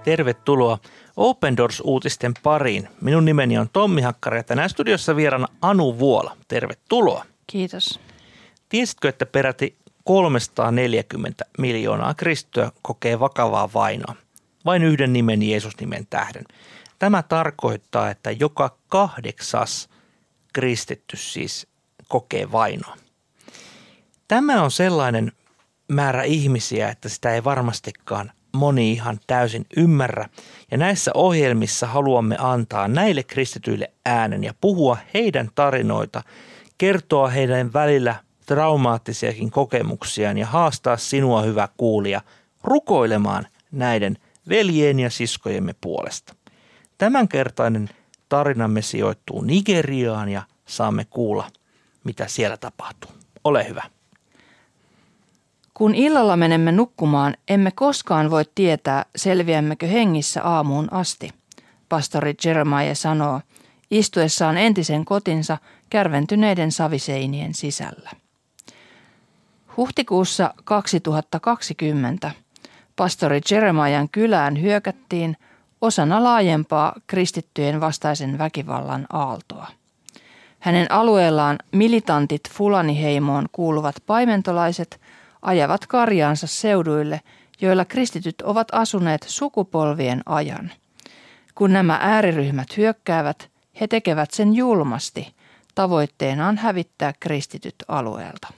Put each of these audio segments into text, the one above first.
Tervetuloa Open Doors-uutisten pariin. Minun nimeni on Tommi Hakkari ja tänään studiossa vieraana Anu Vuola. Tervetuloa. Kiitos. Tiesitkö, että peräti 340 miljoonaa kristittyä kokee vakavaa vainoa? Vain yhden nimen, Jeesus-nimen tähden. Tämä tarkoittaa, että joka 8. kristitty siis kokee vainoa. Tämä on sellainen määrä ihmisiä, että sitä ei varmastikaan moni ihan täysin ymmärrä. Ja näissä ohjelmissa haluamme antaa näille kristityille äänen ja puhua heidän tarinoita, kertoa heidän välillä traumaattisiakin kokemuksiaan ja haastaa sinua, hyvä kuulija, rukoilemaan näiden veljien ja siskojemme puolesta. Tämänkertainen tarinamme sijoittuu Nigeriaan ja saamme kuulla, mitä siellä tapahtuu. Ole hyvä. Kun illalla menemme nukkumaan, emme koskaan voi tietää, selviämmekö hengissä aamuun asti, pastori Jeremiah sanoo, istuessaan entisen kotinsa kärventyneiden saviseinien sisällä. Huhtikuussa 2020 pastori Jeremiahin kylään hyökättiin osana laajempaa kristittyjen vastaisen väkivallan aaltoa. Hänen alueellaan militantit Fulani-heimoon kuuluvat paimentolaiset ajavat karjaansa seuduille, joilla kristityt ovat asuneet sukupolvien ajan. Kun nämä ääriryhmät hyökkäävät, he tekevät sen julmasti, tavoitteenaan hävittää kristityt alueelta.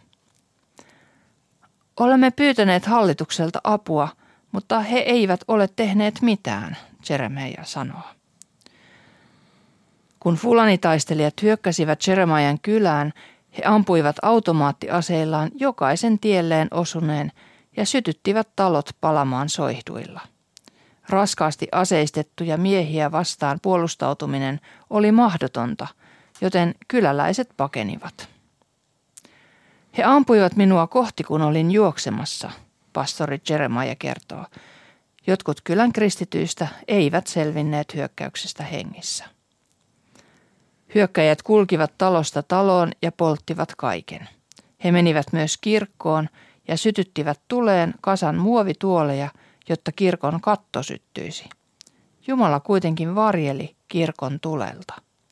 Olemme pyytäneet hallitukselta apua, mutta he eivät ole tehneet mitään, Jeremiah sanoo. Kun Fulani-taistelijat hyökkäsivät Jeremiahin kylään, he ampuivat automaattiaseillaan jokaisen tielleen osuneen ja sytyttivät talot palamaan soihduilla. Raskaasti aseistettuja miehiä vastaan puolustautuminen oli mahdotonta, joten kyläläiset pakenivat. He ampuivat minua kohti, kun olin juoksemassa, pastori Jeremiah kertoo. Jotkut kylän kristityistä eivät selvinneet hyökkäyksestä hengissä. Hyökkäjät kulkivat talosta taloon ja polttivat kaiken. He menivät myös kirkkoon ja sytyttivät tuleen kasan muovituoleja, jotta kirkon katto syttyisi. Jumala kuitenkin varjeli kirkon tulelta.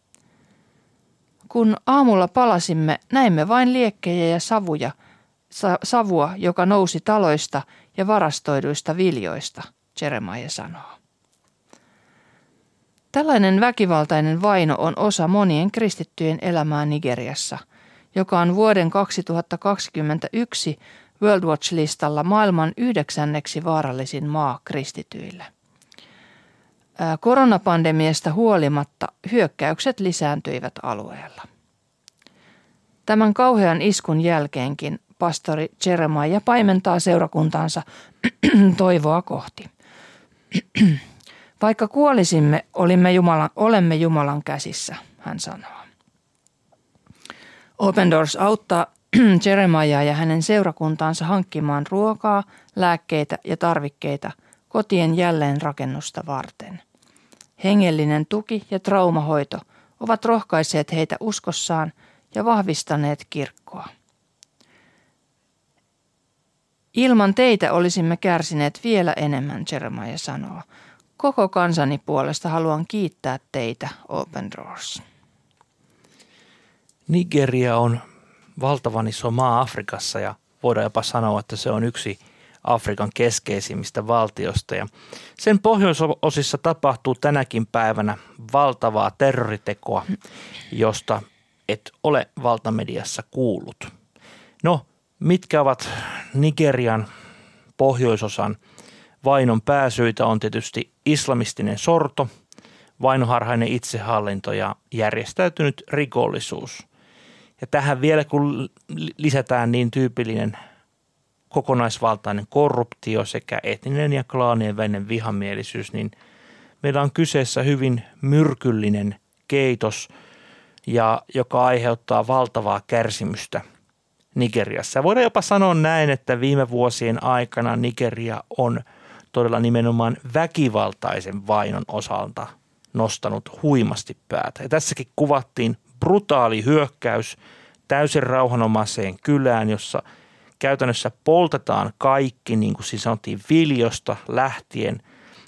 Kun aamulla palasimme, näimme vain liekkejä ja savua, joka nousi taloista ja varastoiduista viljoista, Jeremiah sanoo. Tällainen väkivaltainen vaino on osa monien kristittyjen elämää Nigeriassa, joka on vuoden 2021 World Watch-listalla maailman 9. vaarallisin maa kristityille. Koronapandemiasta huolimatta hyökkäykset lisääntyivät alueella. Tämän kauhean iskun jälkeenkin pastori Jeremiah paimentaa seurakuntaansa toivoa kohti. Vaikka kuolisimme, olemme Jumalan käsissä, hän sanoo. Open Doors auttaa Jeremiah ja hänen seurakuntaansa hankkimaan ruokaa, lääkkeitä ja tarvikkeita kotien jälleenrakennusta varten. Hengellinen tuki ja traumahoito ovat rohkaisseet heitä uskossaan ja vahvistaneet kirkkoa. Ilman teitä olisimme kärsineet vielä enemmän, Jeremiah sanoo. Koko kansani puolesta haluan kiittää teitä, Open Doors. Nigeria on valtavan iso maa Afrikassa ja voidaan jopa sanoa, että se on yksi Afrikan keskeisimmistä valtioista. Ja sen pohjoisosissa tapahtuu tänäkin päivänä valtavaa terroritekoa, josta et ole valtamediassa kuullut. No, mitkä ovat Nigerian pohjoisosan vainon pääsyitä on tietysti islamistinen sorto, vainoharhainen itsehallinto ja järjestäytynyt rikollisuus. Ja tähän vielä kun lisätään niin tyypillinen kokonaisvaltainen korruptio sekä etninen ja klaanien välinen vihamielisyys, niin meillä on kyseessä hyvin myrkyllinen keitos, joka aiheuttaa valtavaa kärsimystä Nigeriassa. Ja voidaan jopa sanoa näin, että viime vuosien aikana Nigeria on todella nimenomaan väkivaltaisen vainon osalta nostanut huimasti päätä. Ja tässäkin kuvattiin brutaali hyökkäys täysin rauhanomaiseen kylään, jossa käytännössä poltetaan kaikki, niin kuin siis sanottiin, viljosta lähtien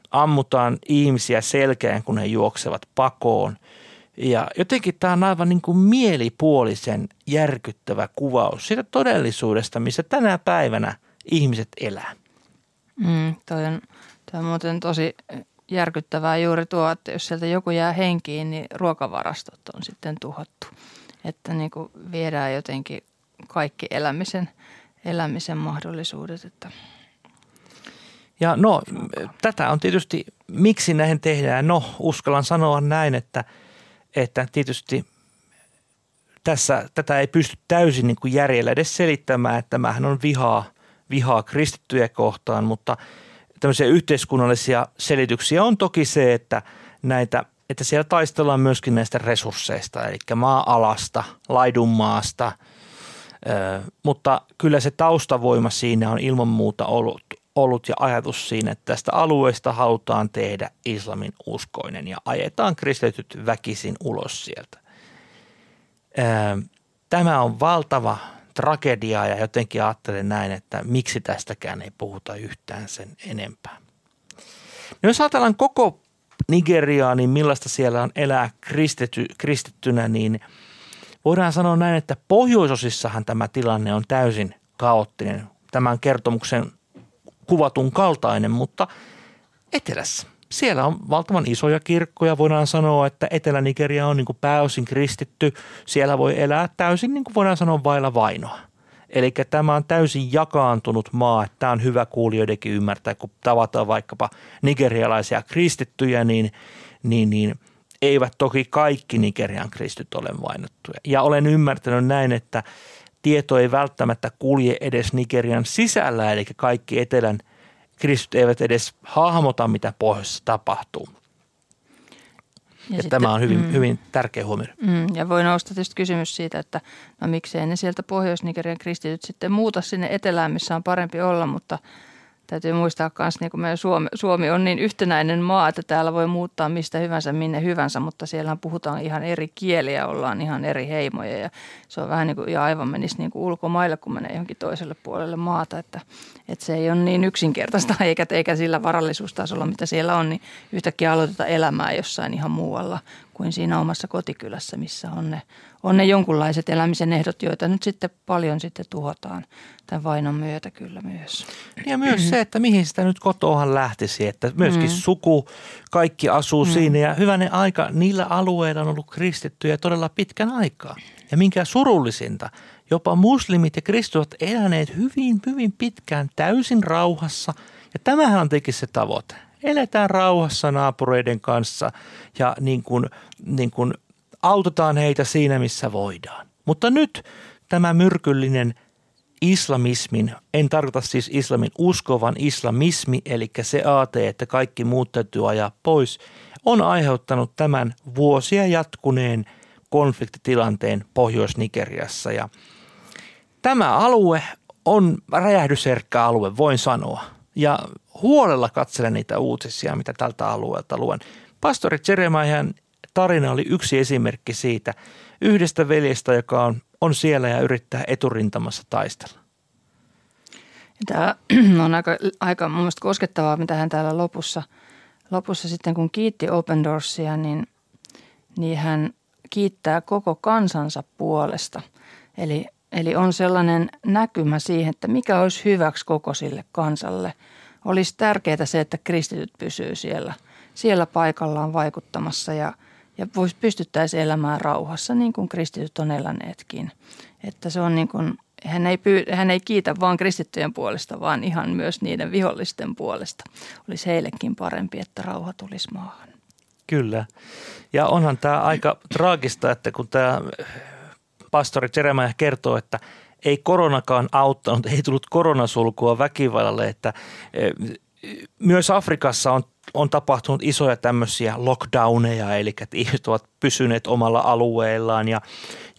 ammutaan ihmisiä selkään, kun he juoksevat pakoon. Ja jotenkin tämä on aivan niin kuin mielipuolisen järkyttävä kuvaus siitä todellisuudesta, missä tänä päivänä ihmiset elää. Toi on muuten tosi järkyttävää juuri tuo, että jos sieltä joku jää henkiin, niin ruokavarastot on sitten tuhottu. Että niin kuin viedään jotenkin kaikki elämisen mahdollisuudet. Että. Ja tätä on tietysti, miksi näin tehdään? Uskallan sanoa näin, että tietysti tätä ei pysty täysin niin kuin järjellä edes selittämään, että tämähän on vihaa kristittyjä kohtaan, mutta tämmöisiä yhteiskunnallisia selityksiä on toki se, että siellä taistellaan myöskin näistä resursseista, eli maa-alasta, laidunmaasta, mutta kyllä se taustavoima siinä on ilman muuta ollut ja ajatus siinä, että tästä alueesta halutaan tehdä islamin uskoinen ja ajetaan kristityt väkisin ulos sieltä. Tämä on valtava tragedia ja jotenkin ajattelen näin, että miksi tästäkään ei puhuta yhtään sen enempää. No jos ajatellaan koko Nigeriaa, niin millaista siellä on elää kristittynä, niin voidaan sanoa näin, että pohjoisosissahan tämä tilanne on täysin kaoottinen. Tämän kertomuksen kuvatun kaltainen, mutta etelässä. Siellä on valtavan isoja kirkkoja. Voidaan sanoa, että Etelä-Nigeria on niin kuin pääosin kristitty. Siellä voi elää täysin, niin kuin voidaan sanoa, vailla vainoa. Eli tämä on täysin jakaantunut maa. Tämä on hyvä kuulijoidenkin ymmärtää, kun tavataan vaikkapa nigerialaisia kristittyjä, niin eivät toki kaikki Nigerian kristityt ole vainottuja. Ja olen ymmärtänyt näin, että tieto ei välttämättä kulje edes Nigerian sisällä, eli kaikki etelän kristityt eivät edes hahmota, mitä pohjoisessa tapahtuu. Ja tämä on hyvin tärkeä huomio. Ja voi nousta tietysti kysymys siitä, että miksei ne sieltä Pohjois-Nigerian kristityt sitten muuta sinne etelään, missä on parempi olla, mutta täytyy muistaa myös, niin kuin meidän Suomi on niin yhtenäinen maa, että täällä voi muuttaa mistä hyvänsä, minne hyvänsä, mutta siellä puhutaan ihan eri kieliä, ollaan ihan eri heimoja ja se on vähän niin kuin, ja aivan menisi niin kuin ulkomaille, kun menee johonkin toiselle puolelle maata, että se ei ole niin yksinkertaista eikä sillä varallisuustasolla, mitä siellä on, niin yhtäkkiä aloitetaan elämää jossain ihan muualla kuin siinä omassa kotikylässä, missä on ne jonkunlaiset elämisen ehdot, joita nyt sitten paljon sitten tuhotaan tämän vainon myötä kyllä myös. Ja myös se, että mihin sitä nyt kotoahan lähtisi, että myöskin suku, kaikki asuu siinä ja hyvänen aika, niillä alueilla on ollut kristittyjä todella pitkän aikaa. Ja minkä surullisinta, jopa muslimit ja kristityt ovat eläneet hyvin, hyvin pitkään täysin rauhassa ja tämähän on tietenkin se tavoite. Eletään rauhassa naapureiden kanssa ja niin kuin autetaan heitä siinä, missä voidaan. Mutta nyt tämä myrkyllinen islamismin, en tarkoita siis islamin usko, vaan islamismi, eli se aate, että kaikki muut täytyy ajaa pois, on aiheuttanut tämän vuosia jatkuneen konfliktitilanteen Pohjois-Nigeriassa. Ja tämä alue on räjähdysherkkä alue, voin sanoa. Ja huolella katselen niitä uutisia, mitä tältä alueelta luen. Pastori Jeremiahan tarina oli yksi esimerkki siitä yhdestä veljestä, joka on siellä ja yrittää eturintamassa taistella. Tämä on aika mun mielestä koskettavaa, mitä hän täällä lopussa sitten kun kiitti Open Doorsia, niin hän kiittää koko kansansa puolesta. Eli on sellainen näkymä siihen, että mikä olisi hyväksi koko sille kansalle. Olisi tärkeää se, että kristityt pysyy siellä paikallaan vaikuttamassa ja pystyttäisiin elämään rauhassa niin kuin kristityt on eläneetkin. Että se on niin kuin, hän ei kiitä vaan kristittyjen puolesta, vaan ihan myös niiden vihollisten puolesta. Olisi heillekin parempi, että rauha tulisi maahan. Kyllä. Ja onhan tämä aika traagista, että kun tämä pastori Jeremiah kertoo, että ei koronakaan auttanut, ei tullut koronasulkua väkivallalle, että myös Afrikassa on tapahtunut isoja tämmöisiä lockdowneja, eli että ihmiset ovat pysyneet omalla alueellaan ja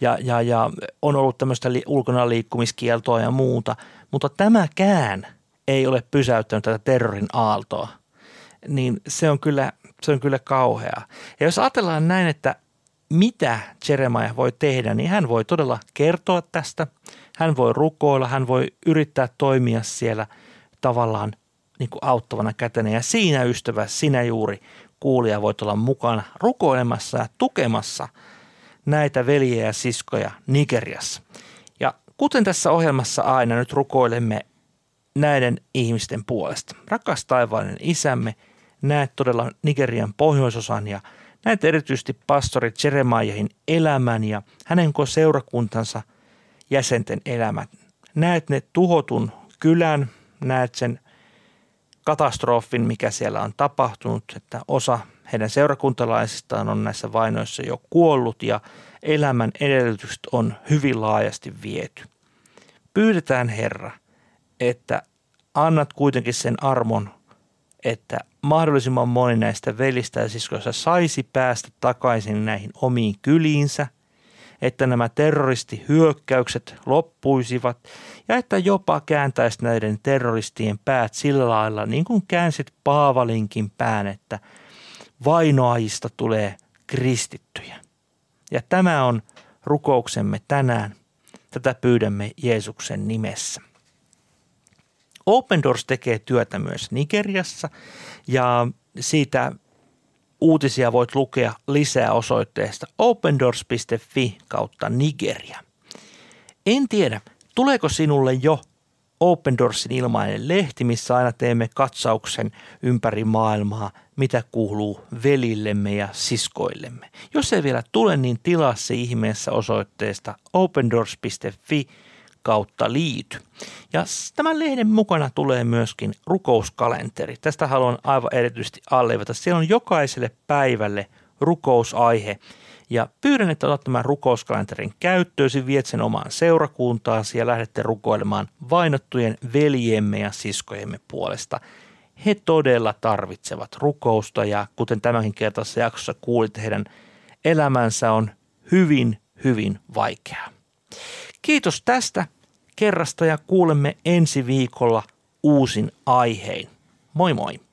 on ollut tämmöistä ulkona liikkumiskieltoa ja muuta, mutta tämäkään ei ole pysäyttänyt tätä terrorin aaltoa, niin se on kyllä kauheaa. Ja jos ajatellaan näin, että mitä Jeremiah voi tehdä, niin hän voi todella kertoa tästä, hän voi rukoilla, hän voi yrittää toimia siellä tavallaan niin kuin auttavana kätenä. Ja siinä, ystävä, sinä juuri kuulija voit olla mukana rukoilemassa ja tukemassa näitä veljiä ja siskoja Nigeriassa. Ja kuten tässä ohjelmassa aina, nyt rukoilemme näiden ihmisten puolesta. Rakas taivaallinen Isämme, näet todella Nigerian pohjoisosan ja näet erityisesti pastori Jeremiahin elämän ja hänen seurakuntansa jäsenten elämät. Näet ne tuhotun kylän, näet sen katastrofin, mikä siellä on tapahtunut, että osa heidän seurakuntalaisistaan on näissä vainoissa jo kuollut ja elämän edellytykset on hyvin laajasti viety. Pyydetään, Herra, että annat kuitenkin sen armon, että mahdollisimman moni näistä velistä ja siskoista saisi päästä takaisin näihin omiin kyliinsä, että nämä terroristihyökkäykset loppuisivat ja että jopa kääntäisi näiden terroristien päät sillä lailla, niin kuin käänsit Paavalinkin pään, että vainoajista tulee kristittyjä. Ja tämä on rukouksemme tänään. Tätä pyydämme Jeesuksen nimessä. Open Doors tekee työtä myös Nigeriassa ja siitä uutisia voit lukea lisää osoitteesta opendoors.fi/Nigeria. En tiedä, tuleeko sinulle jo Open Doorsin ilmainen lehti, missä aina teemme katsauksen ympäri maailmaa, mitä kuuluu velillemme ja siskoillemme. Jos ei vielä tule, niin tilaa se ihmeessä osoitteesta opendoors.fi/liity. Ja tämän lehden mukana tulee myöskin rukouskalenteri. Tästä haluan aivan erityisesti alleviivata. Siellä on jokaiselle päivälle rukousaihe. Ja pyydän, että otat tämän rukouskalenterin käyttöösi, viet sen omaan seurakuntaasi ja lähdette rukoilemaan vainottujen veljemme ja siskojemme puolesta. He todella tarvitsevat rukousta ja kuten tämänkin kertaisessa jaksossa kuulit, heidän elämänsä on hyvin, hyvin vaikeaa. Kiitos tästä kerrasta ja kuulemme ensi viikolla uusin aihein. Moi moi!